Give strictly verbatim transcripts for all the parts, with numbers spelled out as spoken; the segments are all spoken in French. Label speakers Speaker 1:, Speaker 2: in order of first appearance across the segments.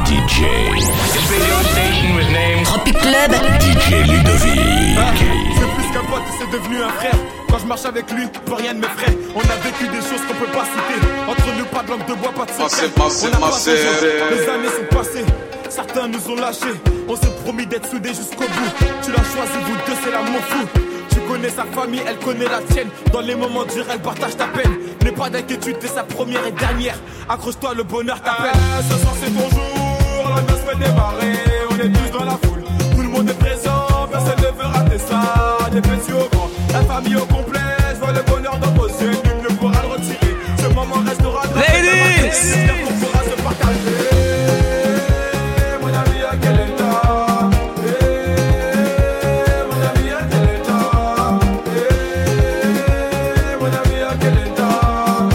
Speaker 1: D J.
Speaker 2: Radio station with name
Speaker 3: Tropic Club.
Speaker 1: D J Ludovic.
Speaker 4: Ah, c'est plus qu'un pote, c'est devenu un frère. Quand je marche avec lui, plus rien ne m'effraie. On a vécu des choses qu'on peut pas citer. Entre nous, pas de langue de bois, pas de secret. On a passé, les années sont passées. Certains nous ont lâchés. On s'est promis d'être soudés jusqu'au bout. Tu l'as choisi, vous deux, c'est l'amour fou. Tu connais sa famille, elle connaît la tienne. Dans les moments durs, elle partage ta peine. N'aie pas d'inquiétude, t'es sa première et dernière. Accroche-toi, le bonheur t'appelle. Ah, ce soir c'est ton jour, la noce fait démarrer. On est tous dans la foule, tout le monde est présent. Personne ne veut rater ça, des petits au grand. La famille au complet, je vois le bonheur dans vos yeux. Nul ne pourra le retirer, ce moment restera de
Speaker 3: Ladies!
Speaker 4: J'espère qu'on pourra se partager. Mon ami, à quel état? Eh, mon ami, à quel état? Eh, mon ami, à quel état?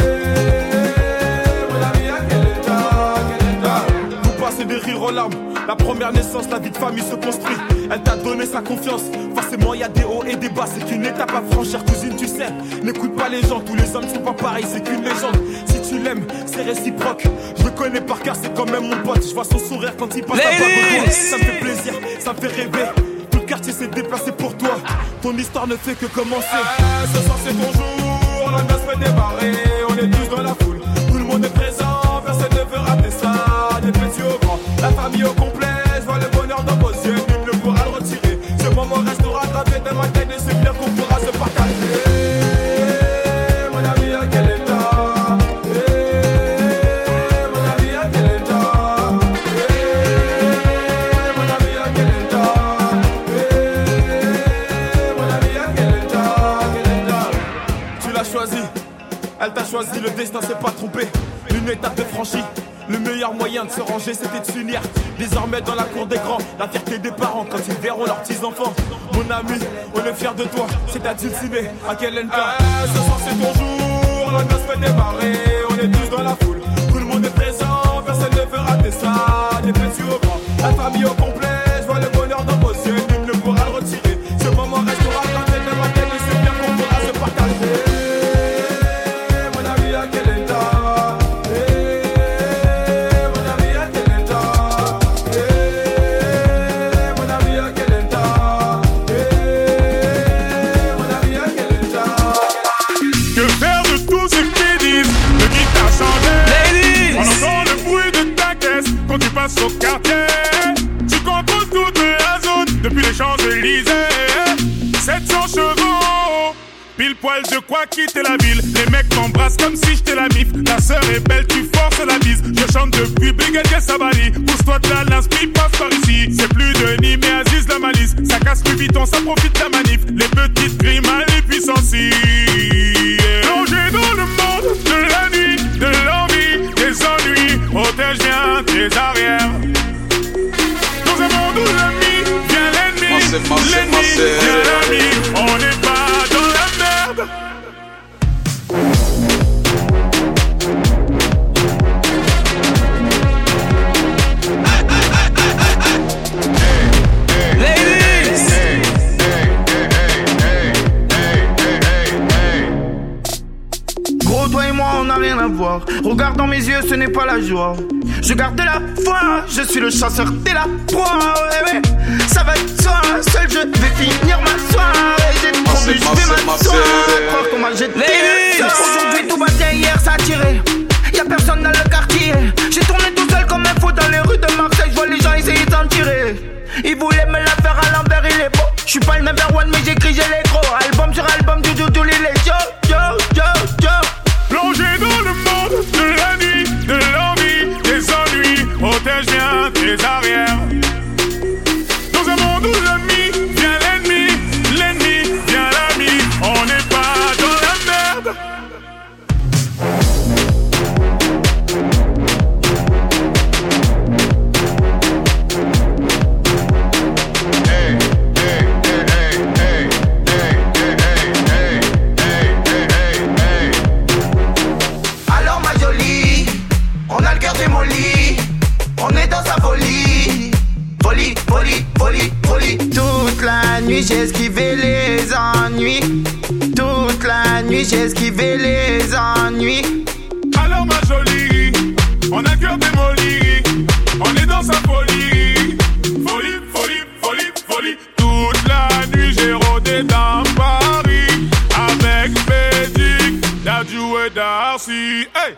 Speaker 4: Eh, mon ami, à quel état? Quel état? Vous passez des rires aux larmes. La première naissance, la vie de famille se construit. Elle t'a donné sa confiance. Forcément, y a des hauts et des bas. C'est qu'une étape à franchir, cousine, tu sais. N'écoute pas les gens, tous les hommes sont pas pareils. C'est qu'une légende. Si tu l'aimes, c'est réciproque. Je le connais par cœur, c'est quand même mon pote. Je vois son sourire quand il passe à pas. Ça me fait plaisir, ça me fait rêver. Tout le quartier s'est déplacé pour toi. Ton histoire ne fait que commencer. Ah, ce soir, c'est ton jour. La noce fait démarrer. On est tous dans la foule. Tout le monde est présent. Personne ne veut rater ça. Des petits au grand. La famille au complet. Je vois le bonheur dans vos yeux. Nul ne pourra le retirer. Ce moment restera gravé dans ma tête. Et c'est bien qu'on pourra se partager. Mon ami, à quel état? Eh, mon ami, à quel état? Eh, mon ami, à quel état? Eh, mon ami, à quel état? Quel état? Tu l'as choisi, elle t'a choisi, le destin s'est pas trompé. Une étape de franchie. Le meilleur moyen de se ranger, c'était de s'unir. Désormais dans la cour des grands, la fierté des parents quand ils verront leurs petits-enfants. Mon ami, on est fiers de toi, c'est à dulciné, à quel état? Ah, ce soir c'est ton jour, la noce fait démarrer. On est tous dans la foule, tout le monde est présent. Personne ne veut rater ça, des petits au grand. La famille au complet, je vois le bonheur dans vos yeux. Nul ne pourra le retirer, ce moment restera gravé dans ma tête. Et c'est bien qu'on pourra se partager. Mon ami, à quel état?
Speaker 5: Au quartier, tu contrôles toute la zone depuis les Champs-Élysées. sept cents chevaux, pile poil de quoi quitter la ville. Les mecs m'embrassent comme si j'étais la mif. Ta sœur est belle, tu forces la bise. Je chante depuis Brigadier Sabali. Pousse-toi de la l'inspi, passe par ici. C'est plus Denis mais Aziz la malice. Ça casse plus vite, on ça profite de la manif. Les petites grimaces, les puissances. Plongé dans le monde de la nuit, de l'envie, des ennuis. Protège bien tes arrières. Dans un monde où l'ami vient l'ennemi, l'ennemi vient l'ami. On n'est pas dans la merde.
Speaker 6: Gros, toi et moi, on n'a rien à voir. Regarde dans mes yeux, ce n'est pas la joie. Je garde de la foi, je suis le chasseur, t'es la proie. Ouais, ouais. Ça va être soi, seul je vais finir ma soirée. J'ai trop bu, je vais m'asseoir. Croire qu'on m'a jeté. Aujourd'hui tout va bien, hier ça a tiré. Y'a personne dans le quartier. J'ai tourné tout seul comme un fou dans les rues de Marseille. Je vois les gens essayer d'en tirer. Ils voulaient me la faire à l'envers, il est beau. J'suis pas le number one mais j'écris, j'ai les gros. Album sur album, du doudou, il est yo, yo, yo, yo.
Speaker 5: Plongé dans le monde de la nuit, de l'envie, des ennuis. Protège bien tes arrières. Dans un monde où l'ami vient l'ennemi, l'ennemi vient l'ami. On n'est pas dans la merde.
Speaker 6: J'ai esquivé les ennuis. Toute la nuit j'ai esquivé les ennuis.
Speaker 5: Alors ma jolie, on a cœur démoli. On farci. Hey!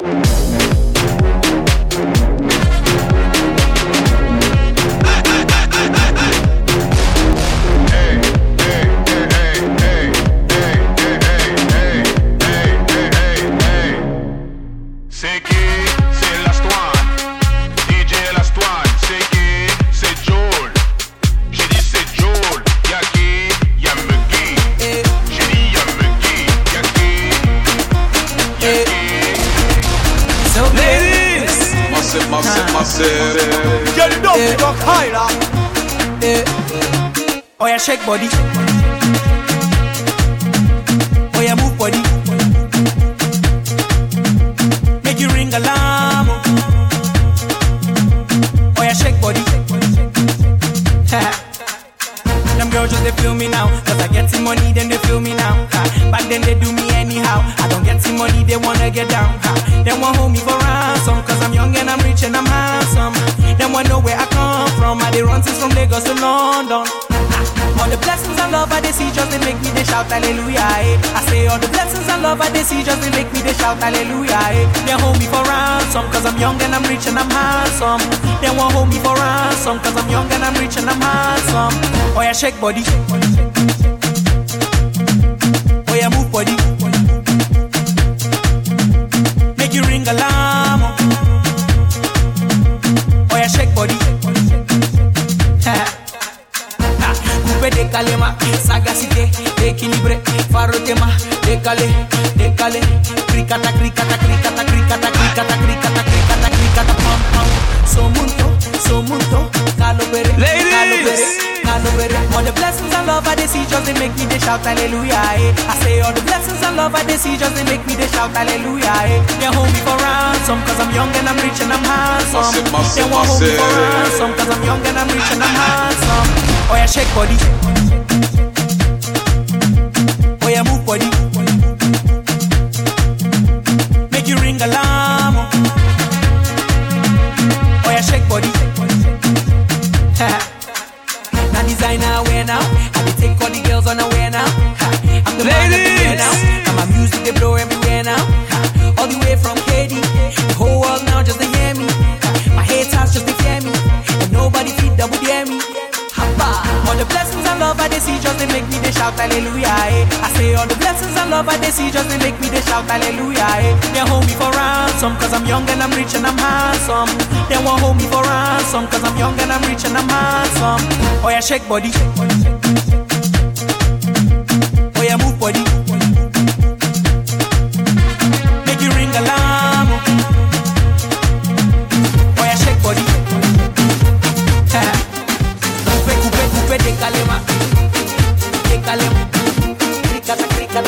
Speaker 3: Get it up, yeah. It up high now.
Speaker 7: Yeah. Oh yeah, shake body. Oh yeah, move body. Make you ring alarm. Oh yeah, shake body. Them girls just they feel me now. Cause I get some money, then they feel me now. Back then they do me anyhow. I don't get some money, they wanna get down. They want hold me for ransom. Cause I'm young and I'm rich and I'm handsome. They want know where I come from. I they run since from Lagos to London. All the blessings and love I they see just they make me they shout hallelujah. Eh. I say all the blessings and love I they see just they make me they shout hallelujah. Eh. They hold me for ransom. Cause I'm young and I'm rich and I'm handsome. They want hold me for ransom. Cause I'm young and I'm rich and I'm handsome. Oh yeah, shake body. Oh yeah, move body. Make you ring alarm. Oh yeah, shake body. Coupe décalé ma sagacité, équilibré, faro tema, décalé, décalé, cricata, cricata, cricata, cricata, cricata, cricata, cricata, cricata, pam pam. So munto, so munto, calo bere, calo bere, calo bere. All the blessings and love I they see just they make me they shout hallelujah. Eh. I say all the blessings and love I they see just they make me they shout hallelujah. Eh. They hold me for ransom cause I'm young and I'm rich and I'm handsome. They won't hold me for ransom cause I'm young and I'm rich and I'm handsome. Oh yeah, shake body. Oh yeah, move body. Make you ring alarm. Oh yeah, shake body. Now designer wear now. I be take all the girls on the wear now. I'm the man everywhere now. And my music they blow everywhere now. All the way from K D. The whole world now just to hear me. My haters just to fear me. And nobody feed double dare me. All the blessings and love I they see just they make me they shout hallelujah. Eh. I say all the blessings and love I they see just they make me they shout hallelujah. Eh. They hold me for ransom cause I'm young and I'm rich and I'm handsome. They won't hold me for ransom cause I'm young and I'm rich and I'm handsome. Oh yeah, shake body. Oh yeah, move body. Make you ring alarm. Oh yeah, shake body. Décalé ma, décalé ma, cricata, cricata.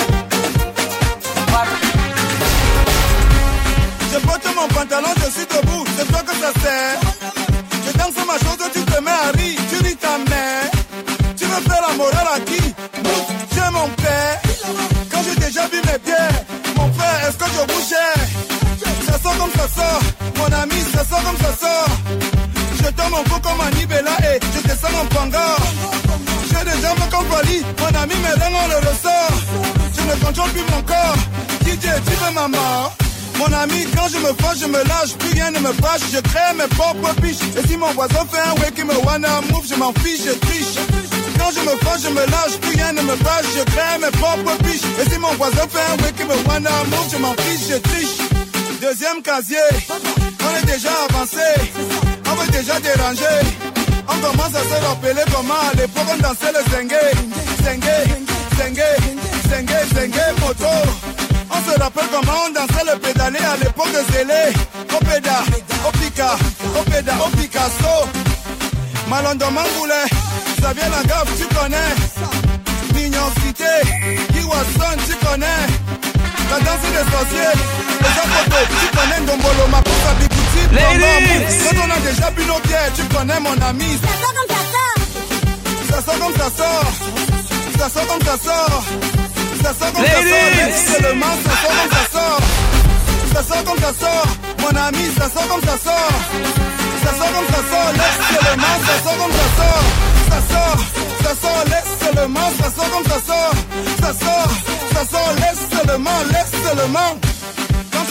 Speaker 6: Je porte mon pantalon, je suis debout, c'est toi que ça sert. Je danse ma chose, tu te mets à rire, tu ris ta mère. Tu veux faire la morale à qui? J'ai mon père. Quand j'ai déjà vu mes pieds, mon frère, est-ce que je bougeais? Ça sort comme ça sort, mon ami, ça sort comme ça sort. Je tombe mon cou comme un Nibela et je descends mon panga. J'ai des jambes comme Bali, mon ami mes reins on le ressort. Je ne contrôle plus mon corps, D J tu veux ma mort. Mon ami quand je me fâche, je me lâche, plus rien ne me fâche. Je crée mes propres biches. Et si mon voisin fait un way qui me wanna move, je m'en fiche, je triche. Quand je me fâche, je me lâche, plus rien ne me fâche. Je crée mes propres biches. Et si mon voisin fait un way qui me wanna move, je m'en fiche, je triche. Deuxième casier, on est déjà avancé. On veut déjà déranger. On commence à se rappeler comment à l'époque on dansait le zengue. Zengue, zengue, zengue, zengue, moto. On se rappelle comment on dansait le pédalé à l'époque de Zélé. Opéda, Opika, Opéda, Picasso. Malondo Mangoulet, Xavier Lagaffe, tu connais. Mignon Cité, Kiwasson, tu connais. La danse des sorciers, les apôtres, tu connais Ndombolo, ma pousse à Bikouti. Ladies! Quand on a déjà bu nos bières, tu connais mon ami. Ça sort comme ça sort. Ça sort comme ça sort. Ça sort comme ça sort. Ça sort comme ça sort. Seulement, ça sort comme ça sort. Ça sort comme ça sort. Mon ami, ça sort comme ça sort. Ça sort comme ça sort. Laisse seulement, ça sort comme ça sort. Ça sort, ça sort, laisse seulement, ça sort comme ça sort. Ça sort, ça sort, laisse seulement, laisse seulement. Quand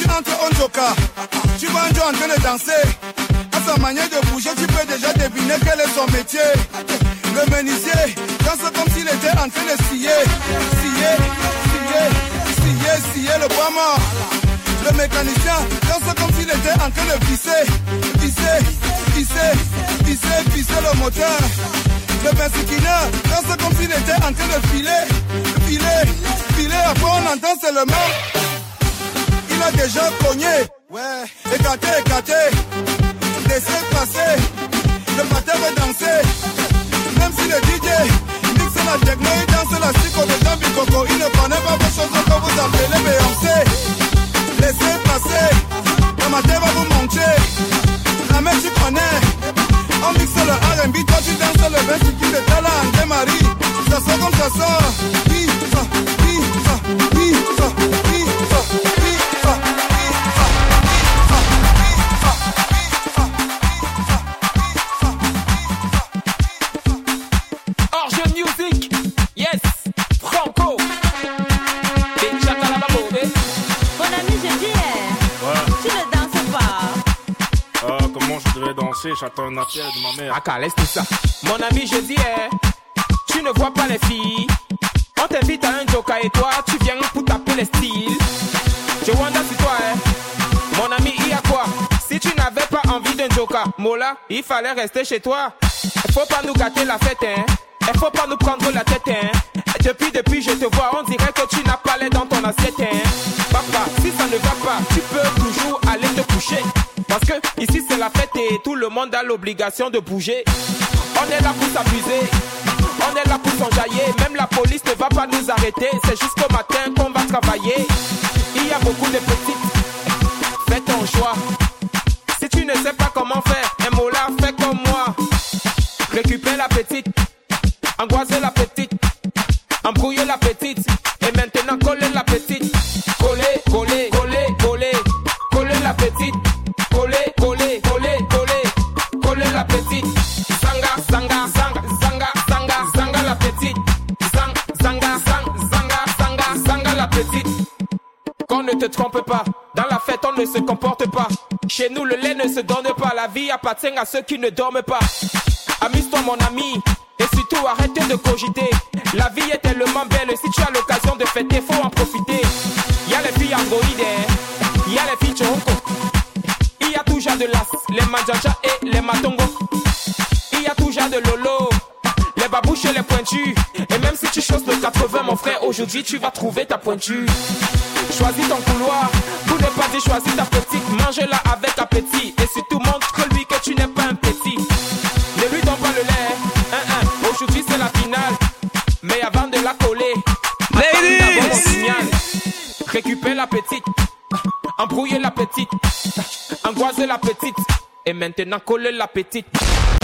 Speaker 3: tu entres au Njoka, tu vois un Njo en train de danser. À sa manière de bouger, tu peux déjà deviner quel est son métier. Le menuisier danse comme s'il était en train de scier, scier, scier, scier, scier le bois mort. Le mécanicien danse comme s'il était en train de visser, visser, visser, visser, visser le moteur. Le persiquineur danse comme s'il était en train de filer, filer, filer. Après on entend seulement, il a déjà cogné. Ouais, écarté, écarté, laissez passer. Le matin veut danser, même si le D J mixe la techno, il danse la psycho de Jean Bikoko. Il ne connaît pas vos choses que vous appelez Beyoncé. Laissez passer, le matin va vous manquer. La mère tu connais, on mixe le R and B, toi tu danses le vingt qui de talent, André Marie. Ça sort comme ça sort. Hi, ha, hi, ha, hi, ha, hi, ha, hi, ha,
Speaker 8: Origin Music, yes, Franco.
Speaker 9: Mon ami, je dis,
Speaker 5: Ouais.
Speaker 9: tu ne danses pas.
Speaker 5: Ah, comment je devrais danser? J'attends un appel de ma mère.
Speaker 8: Aka, laisse tout ça. Mon ami, je dis, tu ne vois pas les filles. On t'invite à un Njoka et toi, tu viens pour taper les styles. Je wonder sur toi, hein. Mon ami, il y a quoi? Si tu n'avais pas envie d'un Njoka, Mola, il fallait rester chez toi. Faut pas nous gâter la fête, hein. Et faut pas nous prendre la tête, hein. Depuis, depuis, je te vois, on dirait que tu n'as pas l'air dans ton assiette, hein. Papa, si ça ne va pas, tu peux toujours aller te coucher. Parce que ici c'est la fête et tout le monde a l'obligation de bouger. On est là pour s'amuser, on est là pour s'enjailler. Même la police ne va pas nous arrêter, c'est jusqu'au matin qu'on va travailler. Il y a beaucoup de petites, fais ton choix. Si tu ne sais pas comment faire, un mot là, fais comme moi. Récupère la petite, angoisser la petite, embrouiller la petite, et maintenant coller la petite. Coller, coller, coller, coller, coller la petite. Coller, coller, coller, coller, coller la petite. Zanga, zanga, zanga, zanga, zanga, zanga la petite. Zang, zanga, zang, zanga, zanga, zanga la petite. Qu'on ne te trompe pas, dans la fête on ne se comporte pas. Chez nous le lait ne se donne pas, la vie appartient à ceux qui ne dorment pas. Amuse-toi mon ami, et surtout arrête de cogiter. La vie est tellement belle, si tu as l'occasion de fêter, faut en profiter. Y'a les filles androïdes, y'a les filles choroko. Il y a tout genre de las, les manjaja et les matongo. Il y a tout genre de lolo, les babouches et les pointus. Et même si tu choses le quatre-vingts mon frère, aujourd'hui tu vas trouver ta pointure. Choisis ton couloir, pour ne pas dire choisis ta petite. Mange-la avec appétit et surtout montre-lui que tu n'es pas un petit. Ne lui donne pas le lait, hein, hein. Aujourd'hui c'est la finale. Mais avant de la coller, attends mon signal. Récupère la petite, embrouiller la petite, angoiser la petite, et maintenant coller la petite.